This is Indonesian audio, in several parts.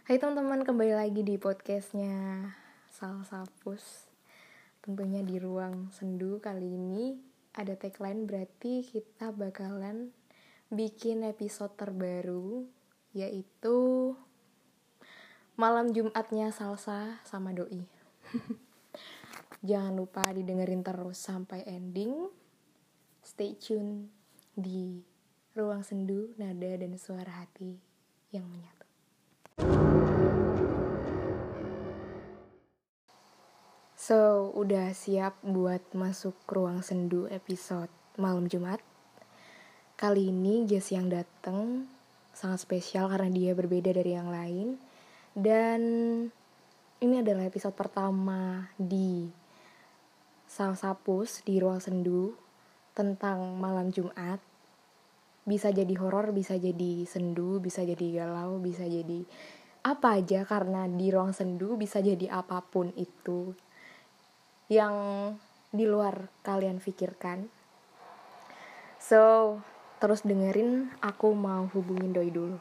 Hai teman-teman, kembali lagi di podcastnya Salsapus. Tentunya di ruang sendu. Kali ini ada tagline, berarti kita bakalan bikin episode terbaru, yaitu malam Jumatnya Salsa sama Doi. Jangan lupa didengerin terus sampai ending. Stay tune di ruang sendu, nada dan suara hati yang menyatu. So, udah siap buat masuk ruang sendu episode malam Jumat? Kali ini guest yang datang sangat spesial karena dia berbeda dari yang lain. Dan ini adalah episode pertama di Salsapus di ruang sendu tentang malam Jumat. Bisa jadi horor, bisa jadi sendu, bisa jadi galau, bisa jadi apa aja, karena di ruang sendu bisa jadi apapun itu yang di luar kalian pikirkan. So, terus dengerin, aku mau hubungin Doi dulu.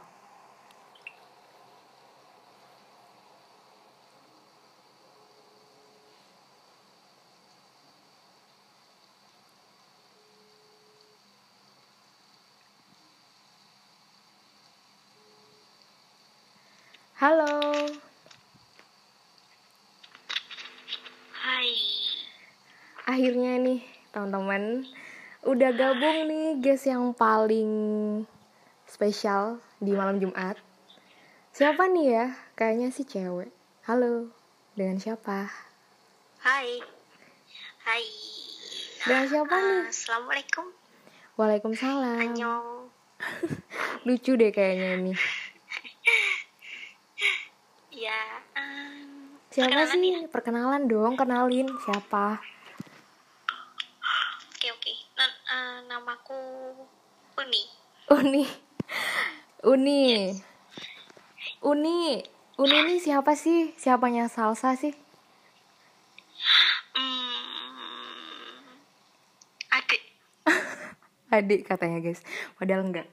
Halo. Hai. Akhirnya nih teman-teman, udah gabung nih guys yang paling spesial di malam Jumat. Siapa nih ya? Kayaknya sih cewek. Halo, dengan siapa? Hai. Dengan siapa nih? Assalamualaikum. Waalaikumsalam. Annyeong. Lucu deh kayaknya ini. Ya. Siapa perkenalan sih? ya? Perkenalan dong, kenalin siapa? Oke. Namaku Uni. Uni. Yes. Uni ini siapa sih? Siapanya Salsa sih? Adik. Adik katanya guys, padahal enggak.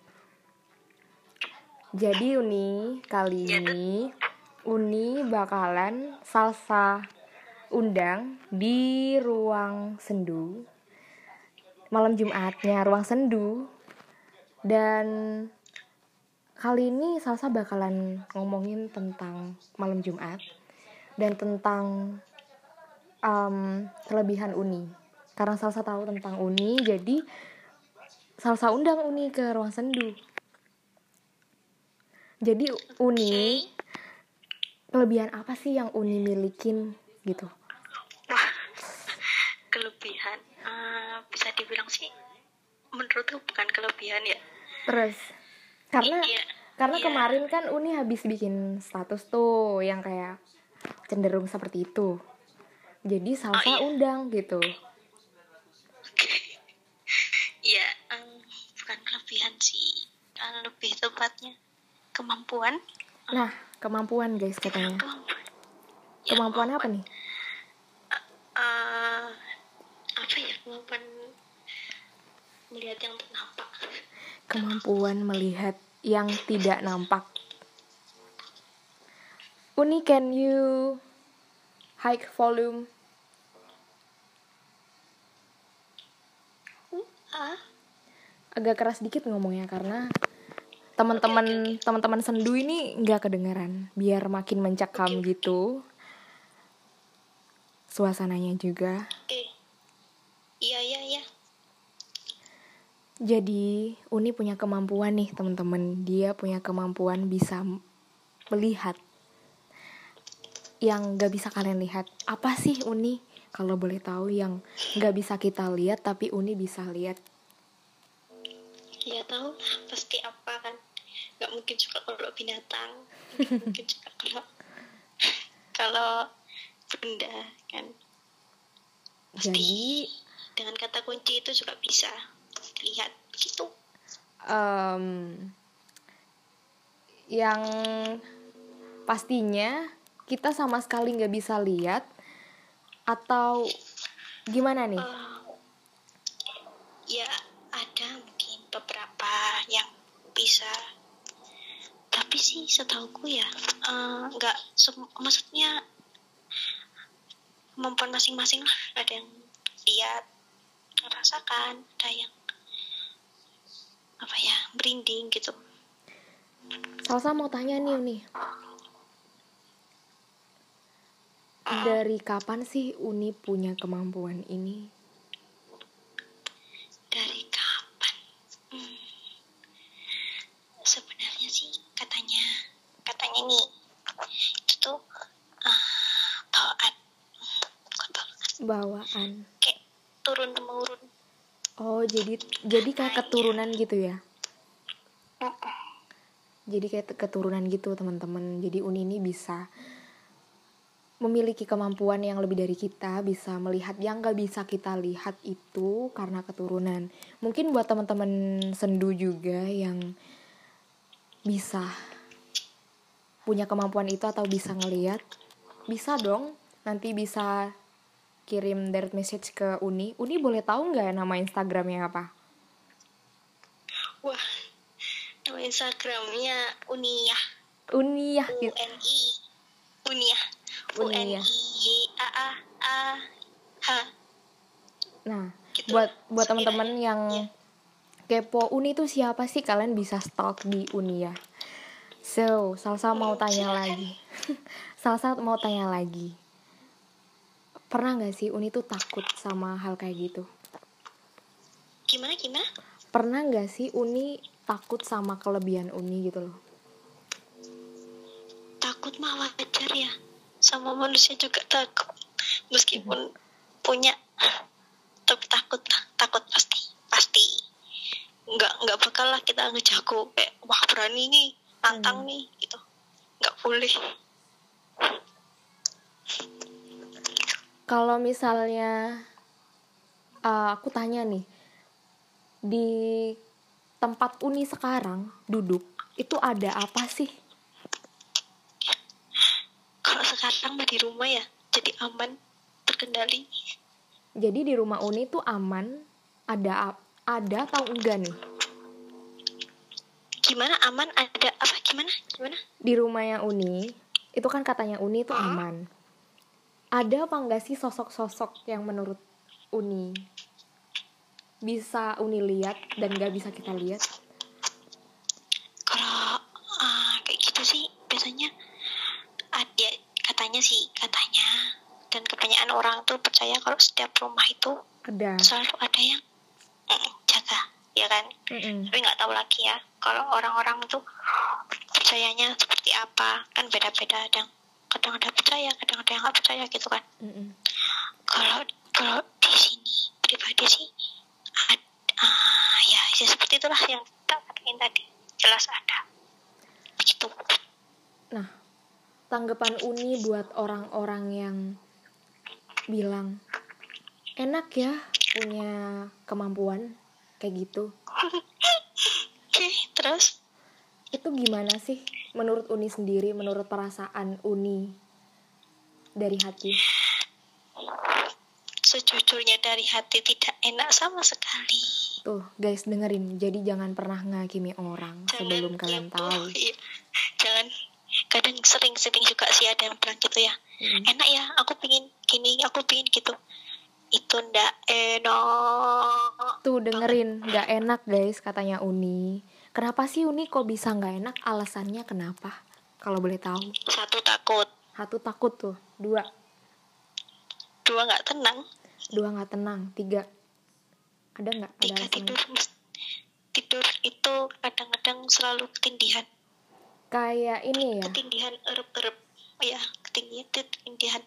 Jadi kali ini Uni bakalan Salsa undang di ruang sendu malam Jumatnya ruang sendu. Dan kali ini Salsa bakalan ngomongin tentang malam Jumat dan tentang kelebihan Uni. Karena Salsa tahu tentang Uni, jadi Salsa undang Uni ke ruang sendu. Jadi Uni, kelebihan apa sih yang Uni milikin gitu? Wah, kelebihan. Bisa dibilang sih, menurutku bukan kelebihan ya. Terus karena Iya. kemarin kan Uni habis bikin status tuh yang kayak cenderung seperti itu. Jadi Salsa undang gitu. Ya, bukan kelebihan sih. Lebih tepatnya kemampuan. Nah, kemampuan guys katanya. Kemampuan apa nih? Apa ya, kemampuan melihat yang tak nampak. Kemampuan melihat yang tidak nampak. Uni, can you high volume? Agak keras dikit ngomongnya karena teman-teman sendu ini nggak kedengaran, biar makin mencekam gitu suasananya juga. Iya. Jadi Uni punya kemampuan nih teman-teman, dia punya kemampuan bisa melihat yang nggak bisa kalian lihat. Apa sih Uni, kalau boleh tahu, yang nggak bisa kita lihat tapi Uni bisa lihat? Ya tahu pasti apa kan, nggak mungkin juga kalau binatang, nggak mungkin juga kalau benda kan. Pasti jadi dengan kata kunci itu juga bisa lihat gitu. Yang pastinya kita sama sekali nggak bisa lihat atau gimana nih? Ya ada mungkin beberapa yang bisa, tapi sih setauku ya nggak maksudnya kemampuan masing-masing lah. Ada yang lihat, merasakan, ada yang merinding gitu. Salsa mau tanya nih. Dari kapan sih Uni punya kemampuan ini? Dari kapan? Sebenarnya sih katanya nih itu tuh bawaan. Kayak turun temurun. Oh, jadi kayak keturunan gitu ya? Jadi kayak keturunan gitu teman-teman. Jadi Uni ini bisa memiliki kemampuan yang lebih dari kita, bisa melihat yang gak bisa kita lihat itu karena keturunan. Mungkin buat teman-teman sendu juga yang bisa punya kemampuan itu atau bisa ngelihat, bisa dong nanti bisa kirim direct message ke Uni. Uni boleh tahu nggak nama Instagramnya apa? Wah, nama Instagramnya Uniyah. Gitu. Uniyah. UNIYAAAH. Nah, Gitu. buat teman-teman yang kepo Uni itu siapa sih, kalian bisa stalk di Uni ya. So, Salsa mau tanya lagi. Salsa mau tanya lagi. Pernah gak sih Uni tuh takut sama hal kayak gitu? Gimana? Pernah gak sih Uni takut sama kelebihan Uni gitu loh? Takut mah wajar ya. Sama manusia juga takut. Meskipun punya, tapi takut pasti. Nggak bakal lah kita ngejago kayak wah berani nih, nantang nih gitu. Nggak boleh. Kalau misalnya aku tanya nih, di tempat Uni sekarang duduk itu ada apa sih? Kalau sekarang mah di rumah ya, jadi aman, terkendali. Jadi di rumah Uni tuh aman, ada atau enggak nih? Gimana aman? Ada apa? Gimana? Di rumahnya Uni, itu kan katanya Uni tuh aman. Ada apa enggak sih sosok-sosok yang menurut Uni bisa Uni lihat dan gak bisa kita lihat? Kalau kayak gitu sih biasanya ada, katanya dan kebanyakan orang tuh percaya kalau setiap rumah itu selalu ada yang jaga, ya kan? Tapi nggak tahu lagi ya kalau orang-orang tuh percayanya seperti apa, kan beda-beda. Kadang ada percaya, kadang ada yang nggak percaya gitu kan. Kalau di sini pribadi sih ya seperti itulah yang tak katakan tadi, jelas ada begitu. Nah, tanggapan Uni buat orang-orang yang bilang enak ya punya kemampuan kayak gitu. Oke, terus itu gimana sih menurut Uni sendiri, menurut perasaan Uni dari hati? Sejujurnya dari hati tidak enak sama sekali. Tuh guys, dengerin, jadi jangan pernah ngakimi orang sebelum kalian tahu. Iya. Jangan, kadang sering juga sih ada yang bilang gitu ya, enak ya, aku pingin gini, aku pingin gitu. Itu ndak enak. Tuh dengerin, nggak enak guys katanya Uni. Kenapa sih Uni kok bisa nggak enak? Alasannya kenapa? Kalau boleh tahu. Satu takut tuh. Dua nggak tenang. 3 ada nggak? Ada tidur itu kadang-kadang selalu ketindihan. Kayak ini ya. Ketindihan erup ya, ketindihan.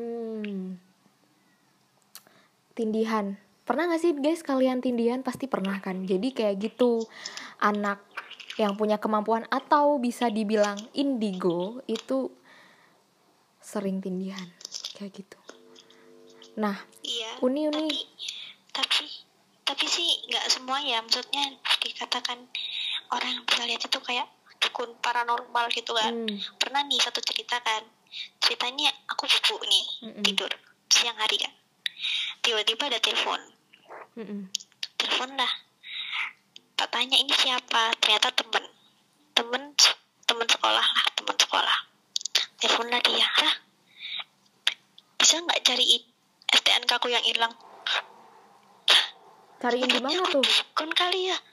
Tindihan. Pernah gak sih guys kalian tindihan? Pasti pernah kan. Jadi kayak gitu, anak yang punya kemampuan atau bisa dibilang indigo itu sering tindihan kayak gitu. Nah, iya, Uni tapi sih nggak semua ya, maksudnya dikatakan orang yang bisa lihat itu kayak dukun paranormal gitu kan. Pernah nih satu cerita kan, ceritanya aku bubuk nih tidur siang hari kan, tiba-tiba ada telepon lah, tak tanya ini siapa, ternyata temen teman sekolah telepon lah dia, lah bisa nggak cariin STNK aku yang hilang. Cariin di mana tuh? Bukan kali ya.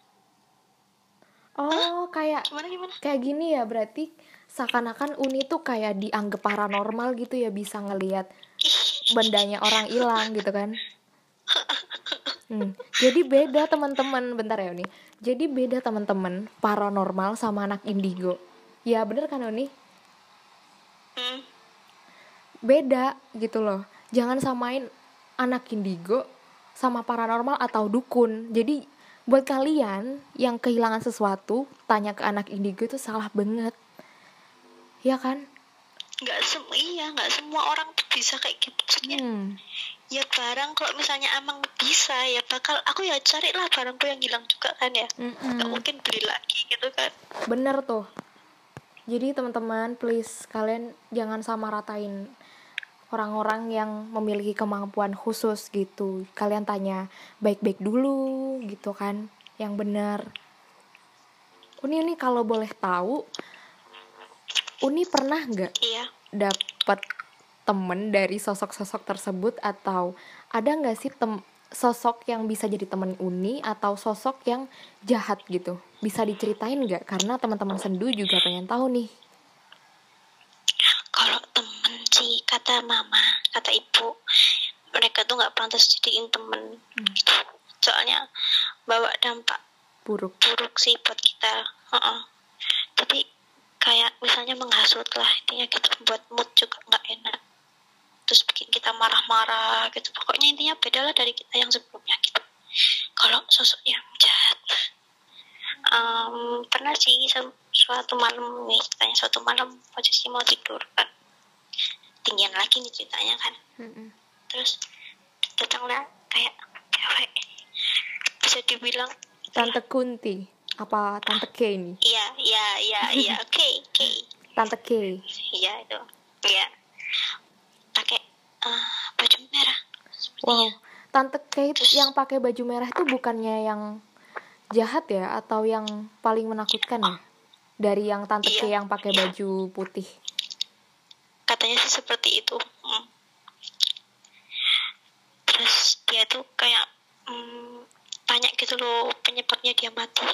Oh, kayak Gimana? Kayak gini ya, berarti seakan-akan Uni tuh kayak dianggap paranormal gitu ya, bisa ngelihat bendanya orang hilang gitu kan. Jadi beda teman-teman, bentar ya Uni. Jadi beda teman-teman, paranormal sama anak indigo. Ya bener kan Uni? Beda gitu loh. Jangan samain anak indigo sama paranormal atau dukun. Jadi buat kalian yang kehilangan sesuatu, tanya ke anak indigo itu salah banget. Ya kan? Nggak semua orang tuh bisa kayak gitu. Maksudnya ya barang kalau misalnya emang bisa ya bakal aku ya carilah barangku yang hilang juga kan ya. Nggak mungkin beli lagi gitu kan. Bener tuh. Jadi teman-teman please kalian jangan sama ratain orang-orang yang memiliki kemampuan khusus gitu. Kalian tanya baik-baik dulu gitu kan, yang benar. Uni kalau boleh tahu, Uni pernah nggak dapet temen dari sosok-sosok tersebut, atau ada nggak sih sosok yang bisa jadi temen Uni atau sosok yang jahat gitu? Bisa diceritain nggak? Karena teman-teman sendu juga pengen tahu nih. Kalau temen sih, kata mama, kata ibu, mereka tuh nggak pantas jadiin temen. Soalnya bawa dampak buruk sih buat kita. Jadi kayak misalnya menghasut lah, intinya gitu, buat mood juga nggak enak, terus bikin kita marah-marah gitu. Pokoknya intinya beda lah dari kita yang sebelumnya gitu. Kalau sosok yang jahat, pernah sih suatu malam posisi mau tidur kan, tinggian lagi nih ceritanya kan. Terus datanglah kayak cewek, bisa dibilang Tante Kunti apa Tante K ini? Iya, K. Tante K. Iya itu. Iya. Pakai baju merah. Wow, Tante K yang pakai baju merah itu bukannya yang jahat ya, atau yang paling menakutkan ya? Dari yang Tante K yang pakai baju putih. Katanya sih seperti itu. Terus dia tuh kayak tanya gitu loh penyebabnya dia mati.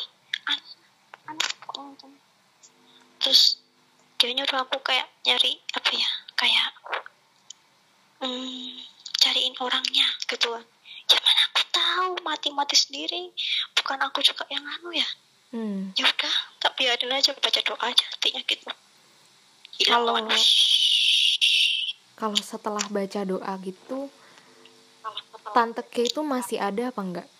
Terus dia nyuruh aku kayak nyari apa ya, kayak cariin orangnya gitu kan. Ya mana aku tahu, mati sendiri, bukan aku juga yang ya. Ya udah, tapi biarin aja, baca doa aja artinya gitu. Kalau setelah baca doa gitu, Tante K itu masih ada apa enggak?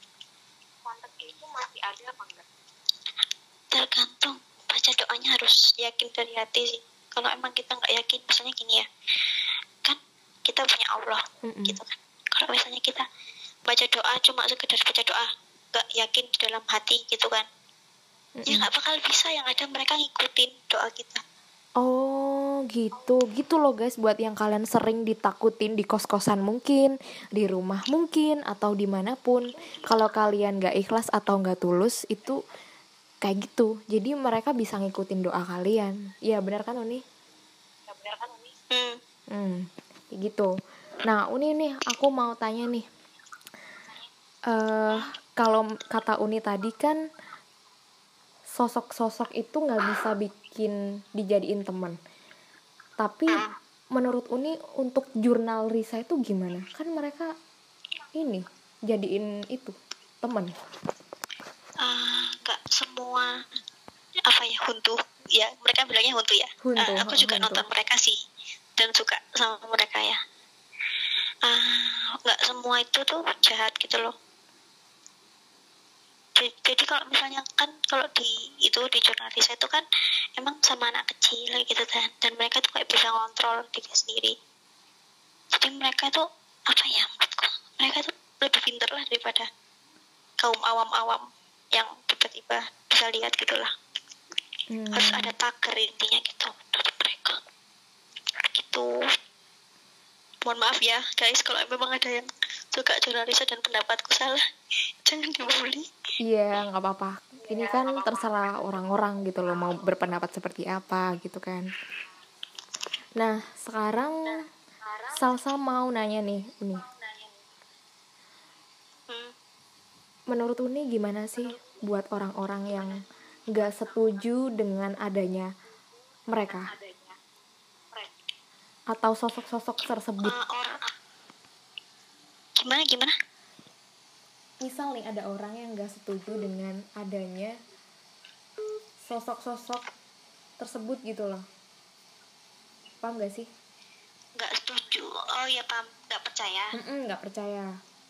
Tergantung, baca doanya harus yakin dari hati sih. Kalau emang kita nggak yakin, misalnya gini ya, kan kita punya Allah gitu kan. Kalau misalnya kita baca doa cuma sekedar baca doa, nggak yakin di dalam hati gitu kan, ya nggak bakal bisa. Yang ada mereka ngikutin doa kita. Oh gitu loh guys, buat yang kalian sering ditakutin di kos-kosan mungkin, di rumah mungkin, atau dimanapun, kalau kalian gak ikhlas atau gak tulus itu kayak gitu. Jadi mereka bisa ngikutin doa kalian. Iya benar kan Uni? Kayak gitu. Nah Uni nih, aku mau tanya nih, kalau kata Uni tadi kan sosok-sosok itu gak bisa bikin dijadiin teman. Tapi menurut Uni untuk jurnal Risa itu gimana? Kan mereka ini jadiin itu teman. Gak semua apa ya, huntu ya, mereka bilangnya huntu ya. Aku juga nonton mereka sih dan suka sama mereka ya. Gak semua itu tuh jahat gitu loh. Jadi kalau misalnya kan, kalau di jurnal Risa itu kan emang sama anak kecil gitu kan, dan mereka tuh kayak bisa ngontrol diri sendiri. Jadi mereka tuh apa ya, mereka tuh lebih pintar lah daripada kaum awam-awam yang tiba-tiba bisa lihat gitulah. Harus ada pagar intinya gitu dari mereka gitu. Mohon maaf ya guys kalau memang ada yang suka jurnal Risa dan pendapatku salah, jangan dibully. Iya, nggak apa-apa. Ini kan terserah orang-orang gitu loh, mau berpendapat seperti apa gitu kan. Nah, sekarang Salsa mau nanya nih, Uni. Menurut Uni gimana sih buat orang-orang yang nggak setuju dengan adanya mereka atau sosok-sosok tersebut? Gimana? Misal nih ada orang yang nggak setuju dengan adanya sosok-sosok tersebut gitu loh. Paham gak sih? Nggak setuju. Oh ya, paham. Nggak percaya. Nggak percaya.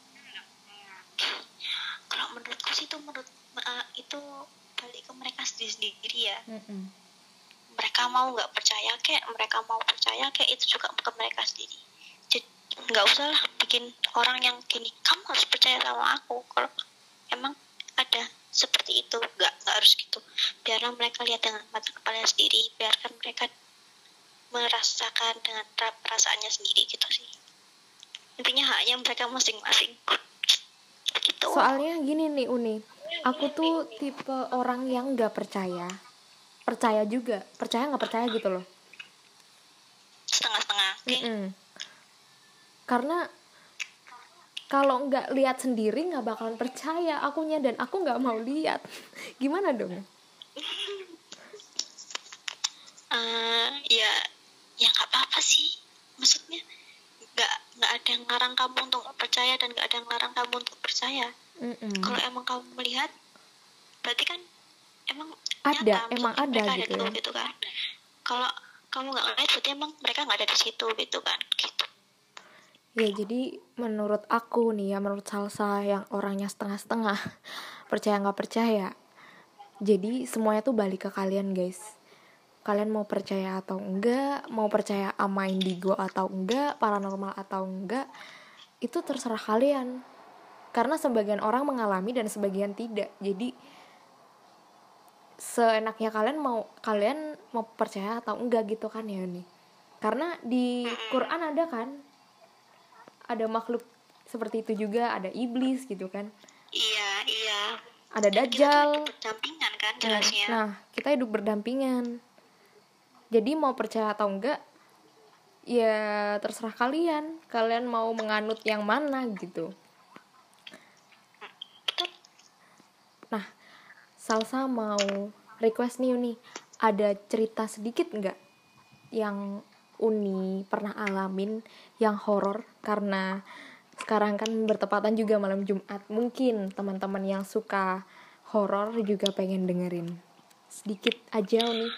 Kalau menurutku sih itu itu balik ke mereka sendiri ya. Mereka mau nggak percaya kayak, mereka mau percaya kayak, itu juga ke mereka sendiri. Jadi nggak usah lah bikin orang yang gini, kamu harus percaya sama aku. Kalau emang ada seperti itu, nggak harus gitu. Biarlah mereka lihat dengan mata kepalanya sendiri, biarkan mereka merasakan dengan perasaannya sendiri gitu sih. Intinya haknya mereka masing-masing gitu. Soalnya gini nih Uni, aku tuh tipe orang yang nggak percaya juga, percaya nggak percaya gitu loh, setengah-setengah. Karena kalau nggak lihat sendiri nggak bakalan percaya akunya, dan aku nggak mau lihat. Gimana dong? Ya nggak apa-apa sih, maksudnya nggak ada yang ngarang kamu untuk percaya dan nggak ada yang ngarang kamu untuk percaya. Kalau emang kamu melihat, berarti kan emang ada, nyata, emang ada gitu ya. Gitu kan. Kalau kamu nggak ngeliat, berarti emang mereka nggak ada di situ gitu kan. Gitu. Ya jadi menurut aku nih ya, menurut Salsa yang orangnya setengah-setengah, percaya nggak percaya, jadi semuanya tuh balik ke kalian guys. Kalian mau percaya atau enggak, mau percaya sama indigo atau enggak, paranormal atau enggak, itu terserah kalian. Karena sebagian orang mengalami dan sebagian tidak. Jadi seenaknya kalian mau percaya atau enggak gitu kan ya nih. Karena di Quran ada kan, ada makhluk seperti itu juga, ada iblis gitu kan. Iya. Ada Dajjal. Kita berdampingan kan jelasnya. Nah, kita hidup berdampingan. Jadi mau percaya atau enggak, ya terserah kalian. Kalian mau menganut yang mana gitu. Nah, Salsa mau request nih Uni, ada cerita sedikit enggak yang Uni pernah alamin yang horor? Karena sekarang kan bertepatan juga malam Jumat, mungkin teman-teman yang suka horor juga pengen dengerin. Sedikit aja Uni.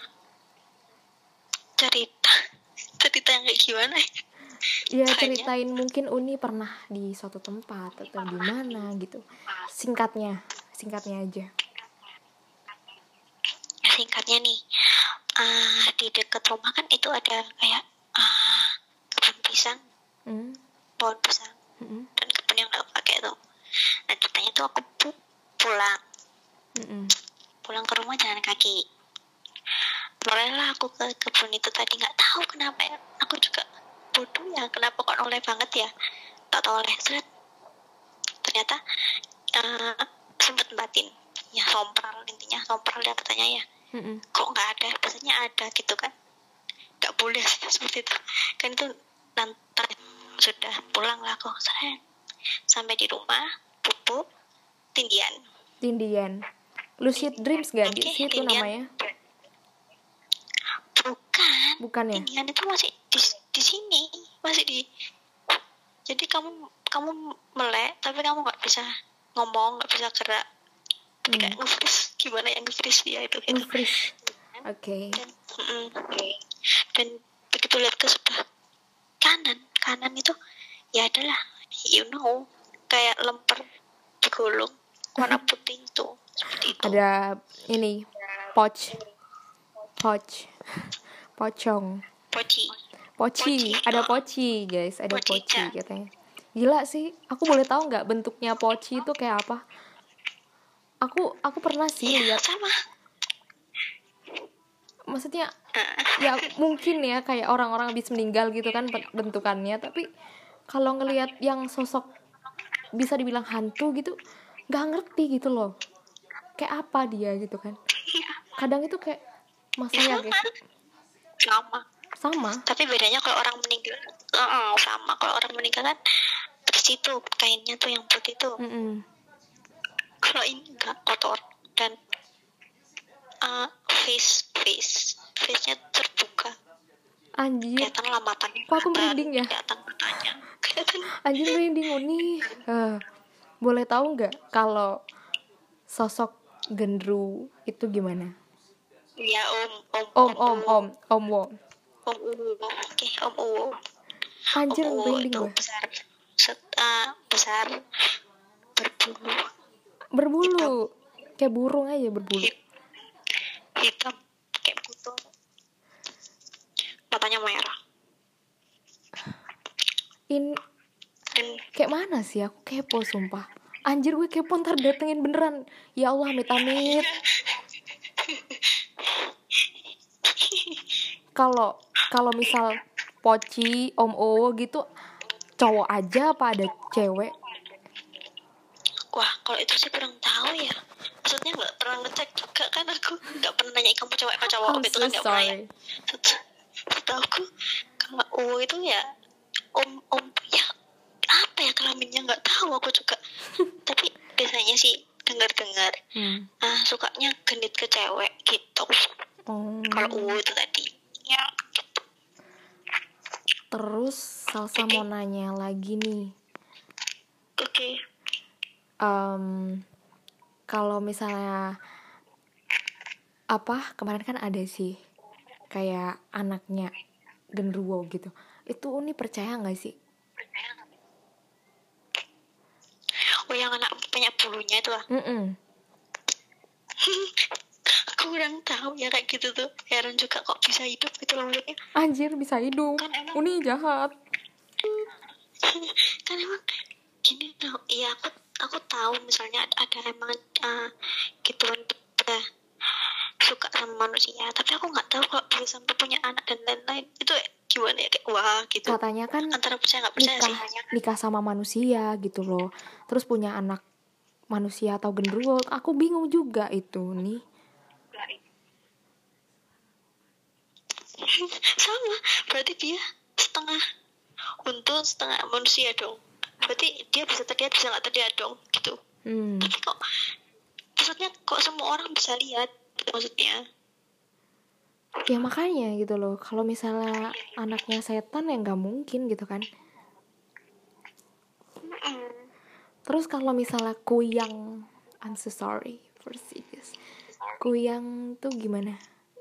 Cerita yang kayak gimana ya? Ceritain mungkin Uni pernah di suatu tempat atau di mana gitu. Singkatnya aja. Singkatnya nih, di dekat rumah kan itu ada kayak kebun pisang, pohon pisang, dan kebun yang nggak pakai tuh. Nah ceritanya tuh aku pulang ke rumah jalan kaki. Mulailah aku ke kebun itu tadi, nggak tahu kenapa ya, aku juga bodoh ya, kenapa kok noleh banget ya, tak tahu oleh seret. Ternyata sempet batin ya, intinya sompral ya katanya ya. Kok nggak ada, biasanya ada gitu kan, nggak boleh seperti itu kan. Itu nanti sudah pulang lah aku, seret sampai di rumah bubuk tindian lucid dreams gak di situ namanya? Bukan ya? Tindian itu masih di sini, masih di. Jadi kamu melek tapi kamu nggak bisa ngomong, nggak bisa gerak. Kayak nge-freeze, gimana yang nge-freeze dia itu gitu. Oke. Dan begitu lihat ke sebelah kanan itu ya adalah, kayak lemper digulung warna putih itu, seperti itu. Ada ini pocong. Poci. Ada poci guys, ada poci katanya. Gila sih, aku boleh tahu nggak bentuknya poci itu kayak apa? Aku pernah sih lihat. Sama. Maksudnya ya mungkin ya kayak orang-orang habis meninggal gitu kan bentukannya, tapi kalau ngelihat yang sosok bisa dibilang hantu gitu, nggak ngerti gitu loh, kayak apa dia gitu kan. Kadang itu kayak masanya kayak sama. Tapi bedanya kalau orang meninggal, sama. Kalau orang meninggal kan bersih tuh kainnya tuh yang putih tuh. Kalau ini enggak, kotor dan face-nya terbuka. Anjir. Kelihatan lamatannya. Kok aku merinding ya? Kelihatan matanya. Anjir merinding nih. Boleh tahu nggak kalau sosok Gendru itu gimana? Ya Om Wo. Oke, Om Uwo. Anjir merinding gue. Besar berbulu. Kayak burung aja berbulu. Hitam kayak buto. Matanya merah. Kayak mana sih, aku kepo sumpah. Anjir gue kepo, ntar datengin beneran. Ya Allah, amit-amit. Kalau misal Poci, Om Owo gitu, cowok aja apa ada cewek? Wah, kalau itu sih kurang tahu ya. Maksudnya nggak pernah ngecek juga kan, aku nggak pernah nanya kamu cewek apa cowok gitu kan, nggak pernah ya. Setahu aku kalau Uwo itu ya om ya apa ya kelaminnya nggak tahu aku juga. Tapi biasanya sih dengar sukanya genit ke cewek gitu. Kalau Uwo itu tadi ya. Terus Salsa mau nanya lagi nih. Oke. Kalau misalnya kemarin kan ada sih kayak anaknya Genruwo gitu, itu Uni percaya nggak sih? Oh, yang anak punya bulunya itu lah. Aku kurang tahu ya kayak gitu tuh. Heran juga kok bisa hidup gitu loh mulutnya. Anjir bisa hidup kan emang, Uni jahat. Kan emang gini loh. Iya aku tahu misalnya ada emang gituan suka sama manusia, tapi aku nggak tahu kalau bisa sampai punya anak dan lain-lain itu gimana ya, kayak wah gitu. Katanya kan antara percaya nggak percaya sih. Nikah sama manusia gitu loh, terus punya anak manusia atau genderuwo. Aku bingung juga itu nih. Sama, berarti dia setengah untu setengah manusia dong. Berarti dia bisa terlihat bisa nggak terlihat dong gitu. Tapi kok maksudnya kok semua orang bisa lihat maksudnya? Ya makanya gitu loh, kalau misalnya anaknya setan ya nggak mungkin gitu kan. Terus kalau misalnya Kuyang, I'm so sorry for this, Kuyang tuh gimana?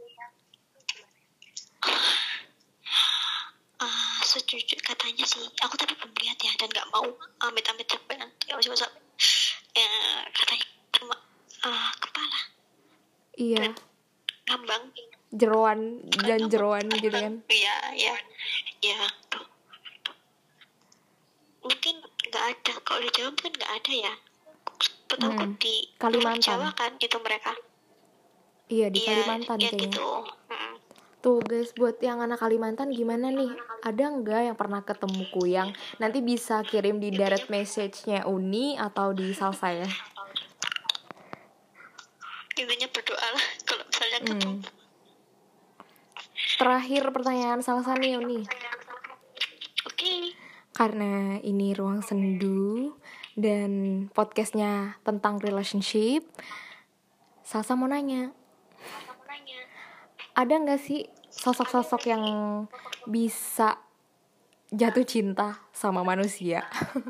Sejujur katanya sih, aku tapi belum lihat ya dan nggak mau amit-amit terpenan ya usah katanya cuma kepala. Iya. Ngambang. Jeroan dan jeroan gitu kan? Iya. Tuh. Mungkin nggak ada, kalau di Jawa mungkin nggak ada ya. Betul di Kalimantan. Jawa kan itu mereka. Iya di Kalimantan kayaknya. Gitu. Tuh guys, buat yang anak Kalimantan gimana nih? Ada nggak yang pernah ketemu Kuyang? Nanti bisa kirim di direct message-nya Uni atau di Salsa ya. Intinya berdoa lah kalau misalnya ketemu. Terakhir pertanyaan Salsa nih Uni. Oke. Karena ini Ruang Sendu dan podcastnya tentang relationship, Salsa mau nanya. Ada nggak sih sosok-sosok yang bisa jatuh cinta sama manusia?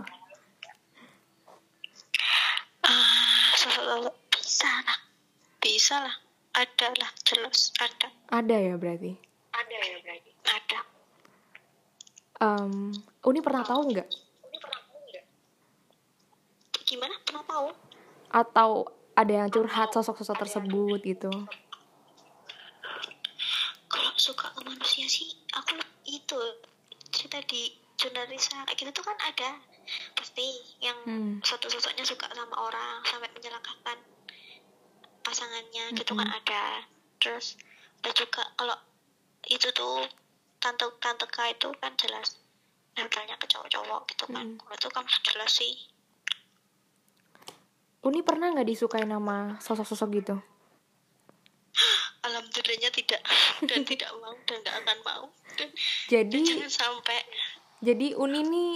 Sosok bisa lah. Ada lah, jelas ada. Ada ya berarti. Ada. Uni pernah tahu nggak? Gimana? Pernah tahu? Atau ada yang curhat sosok-sosok tersebut gitu? Kalau suka ke manusia sih, aku itu cerita di jurnal Risa kayak gitu tuh kan ada pasti yang sosoknya suka sama orang sampai menyelakakan pasangannya gitu kan ada. Terus ada juga kalau itu tuh tante K itu kan jelas nempelnya ke cowok-cowok gitu kan. Kalau itu kan jelas sih. Uni pernah nggak disukai nama sosok-sosok gitu? Alhamdulillahnya tidak, dan tidak mau, dan nggak akan mau, dan Jadi jangan sampai. Jadi Uni nih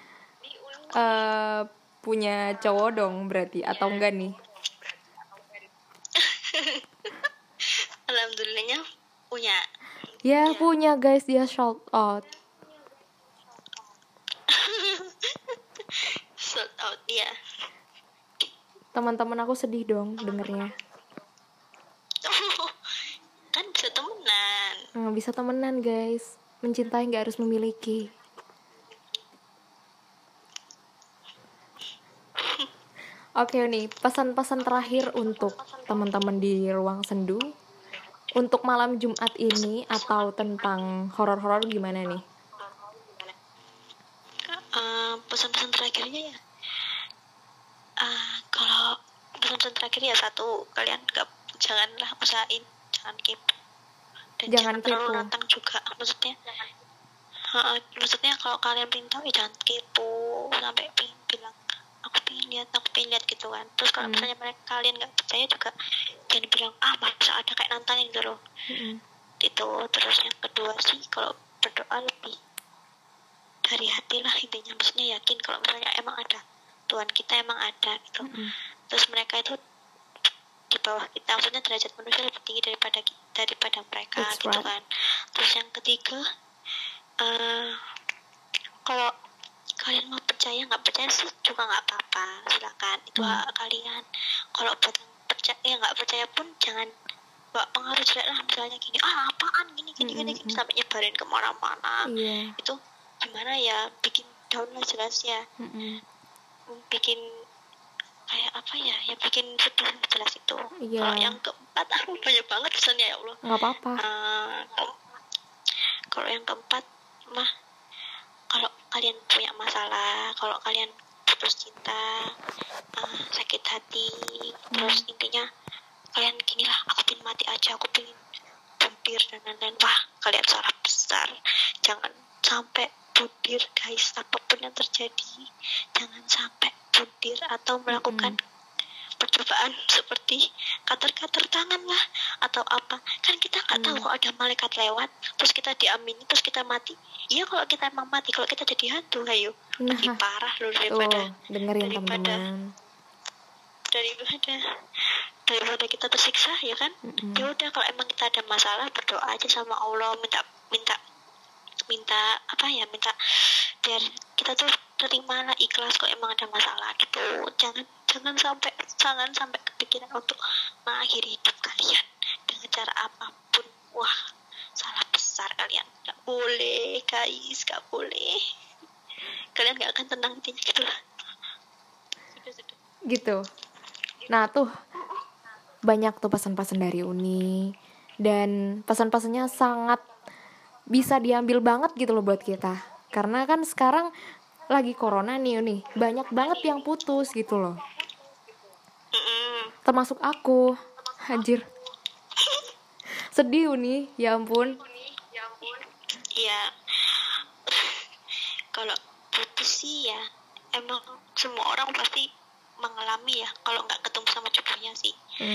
punya cowok dong berarti, atau enggak nih? Alhamdulillahnya punya. Ya punya guys, dia shout out. Shout out ya. Teman-teman aku sedih dong dengernya. Kan bisa temenan. Bisa temenan guys. Mencintai nggak harus memiliki. Oke nih, pesan-pesan terakhir untuk teman-teman di Ruang Sendu untuk malam Jumat ini atau tentang horor-horor gimana nih? Pesan-pesan terakhirnya ya, kalau pesan-pesan terakhir ya satu, kalian janganlah usahain, jangan kepo, dan jangan terlalu nantang juga. Maksudnya kalau kalian pengen tahu ya jangan kepo sampai bilang aku pengen lihat gitu kan. Terus kalau misalnya kalian nggak percaya juga jangan bilang masa ada kayak nantangin gitu loh. Gitu. Terus yang kedua sih, kalau berdoa lebih dari hati lah intinya, maksudnya yakin kalau misalnya emang ada Tuhan kita, emang ada gitu. Terus mereka itu di bawah kita, maksudnya derajat manusia lebih tinggi daripada mereka. It's gitu right. Kan. Terus yang ketiga, kalau kalian mau percaya nggak percaya sih juga nggak apa-apa, silakan, itu hak kalian. Kalau buat percaya nggak percaya pun jangan bawa pengaruh jelek lah, misalnya gini apaan gini sampai nyebarin kemana-mana. Itu gimana ya, bikin down lah jelas ya. Bikin kayak apa ya bikin sedih jelas itu. Kalau yang keempat banyak banget pesannya ya Allah, nggak apa-apa. Kalau yang keempat mah, kalau kalian punya masalah, kalau kalian putus cinta, sakit hati, terus intinya kalian gini lah, aku pengen mati aja, aku pengen bunuh dan lain-lain, wah kalian salah besar. Jangan sampai bunuh guys, apapun yang terjadi jangan sampai bunuh atau melakukan percobaan seperti kater-kater tangan lah atau apa. Kan kita nggak tahu kalau ada malaikat lewat terus kita diamini terus kita mati. Iya kalau kita emang mati, kalau kita jadi hantu ayo lebih parah loh daripada kita tersiksa ya kan. Ya udah, kalau emang kita ada masalah berdoa aja sama Allah, minta biar kita tuh terima lah, ikhlas kalau emang ada masalah gitu. Jangan sampai kepikiran untuk mengakhiri hidup kalian dengan cara apapun. Wah, salah besar kalian. Gak boleh guys, gak boleh. Kalian gak akan tenang intinya gitu lah. Gitu. Nah tuh banyak tuh pesan-pesan dari Uni, dan pesan-pesannya sangat bisa diambil banget gitu loh buat kita. Karena kan sekarang lagi corona nih Uni, banyak banget yang putus gitu loh. Termasuk aku. Anjir. Sedih Uni, ya ampun. Iya. Kalau putus sih ya emang semua orang pasti mengalami ya, kalau nggak ketemu sama jodohnya sih.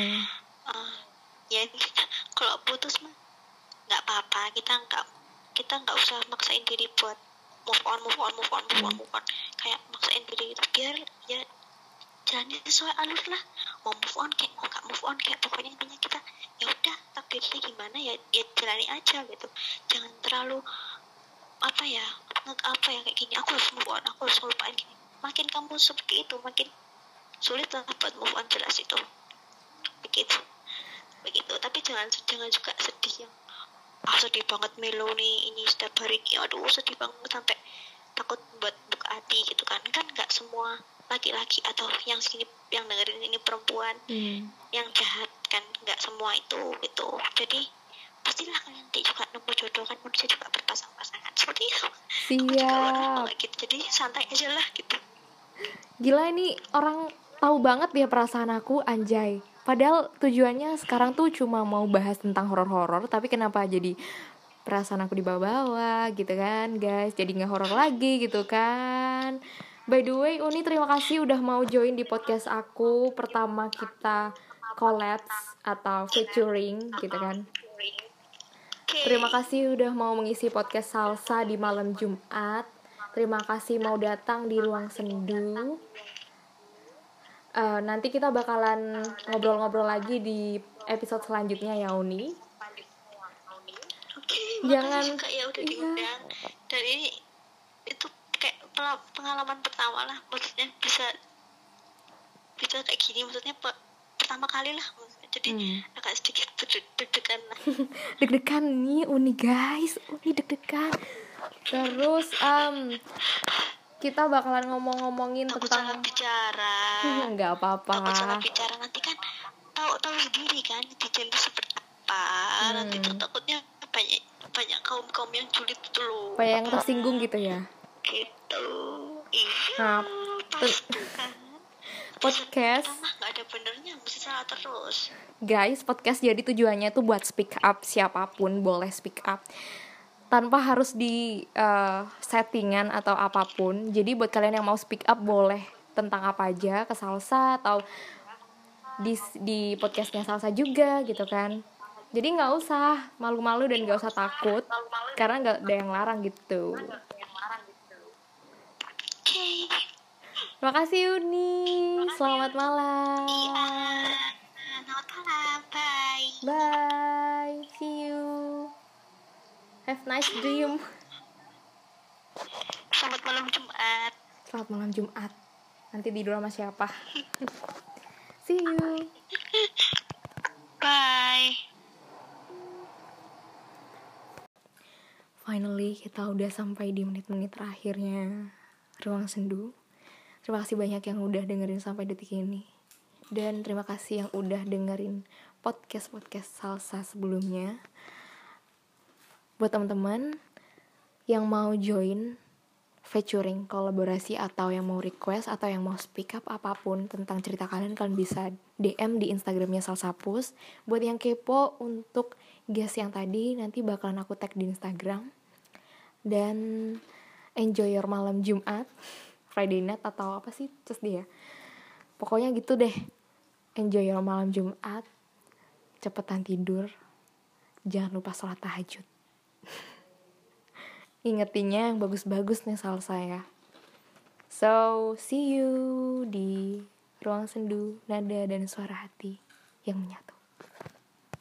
Ya kalau putus mah nggak apa-apa, kita nggak usah maksain diri buat move on. Kayak maksain diri itu biar ya jalannya sesuai alur lah. Mau move on kayak mau nggak move on kayak pokoknya intinya kita ya udah takdirnya gimana ya jalani aja gitu. Jangan terlalu kayak gini, aku harus move on, aku harus ngelupain gini. Makin kamu seperti itu makin sulit lah buat move on, jelas itu begitu. Tapi jangan juga sedih yang sedih banget melo nih ini setiap hari, aduh sedih banget sampai takut buat buka hati gitu kan nggak semua laki-laki atau yang dengerin ini perempuan yang jahat kan, nggak semua itu gitu. Jadi pastilah kalian nanti juga nemu jodoh kan, manusia juga berpasang-pasangan seperti itu. Siap. Gitu. Jadi santai aja lah gitu. Gila, ini orang tahu banget dia perasaan aku, anjay. Padahal tujuannya sekarang tuh cuma mau bahas tentang horor-horor, tapi kenapa jadi perasaan aku dibawa-bawa gitu kan guys, jadi nggak horor lagi gitu kan. By the way, Uni terima kasih udah mau join di podcast aku. Pertama kita collabs atau featuring gitu kan. Terima kasih udah mau mengisi podcast Salsa di malam Jumat. Terima kasih mau datang di Ruang Sendu. Nanti kita bakalan ngobrol-ngobrol lagi di episode selanjutnya ya Uni. Jangan suka ya udah diundang. Dan ini itu kayak pengalaman pertama lah, maksudnya bisa kayak gini, maksudnya pertama kali lah, jadi agak sedikit deg-degan lah. Deg-degan nih Uni guys, Uni deg-degan. Terus kita bakalan ngomongin takut tentang salah bicara. Nggak apa-apa. Takut salah bicara, nanti kan tahu sendiri kan netizen itu seperti apa. Nanti tuh takutnya banyak kaum yang julid gitu loh. Banyak yang tersinggung gitu ya. Gitu. Iya. Nah, podcast nggak ada benernya, mesti salah terus. Guys, podcast jadi tujuannya tuh buat speak up, siapapun boleh speak up tanpa harus di settingan atau apapun. Jadi buat kalian yang mau speak up boleh tentang apa aja ke Salsa atau di podcastnya Salsa juga gitu kan. Jadi nggak usah malu-malu dan nggak usah takut karena nggak ada yang larang gitu. Okay. Terima kasih Uni. Selamat malam. Iya. Selamat malam. Bye. Bye. See you. Have nice dream. Selamat malam Jumat. Selamat malam Jumat. Nanti tidur sama siapa? See you. Bye. Finally kita udah sampai di menit-menit terakhirnya Ruang Sendu. Terima kasih banyak yang udah dengerin sampai detik ini. Dan terima kasih yang udah dengerin podcast-podcast Salsa sebelumnya. Buat teman-teman yang mau join featuring, kolaborasi, atau yang mau request atau yang mau speak up apapun tentang cerita kalian bisa DM di Instagramnya Salsapus. Buat yang kepo untuk guest yang tadi, nanti bakalan aku tag di Instagram. Dan enjoy your malam Jumat, Friday night atau apa sih terus dia. Pokoknya gitu deh. Enjoy your malam Jumat. Cepetan tidur. Jangan lupa sholat tahajud. Ingetinnya yang bagus-bagus nih Salsa ya. So, see you di Ruang Sendu, nada dan suara hati yang menyatu.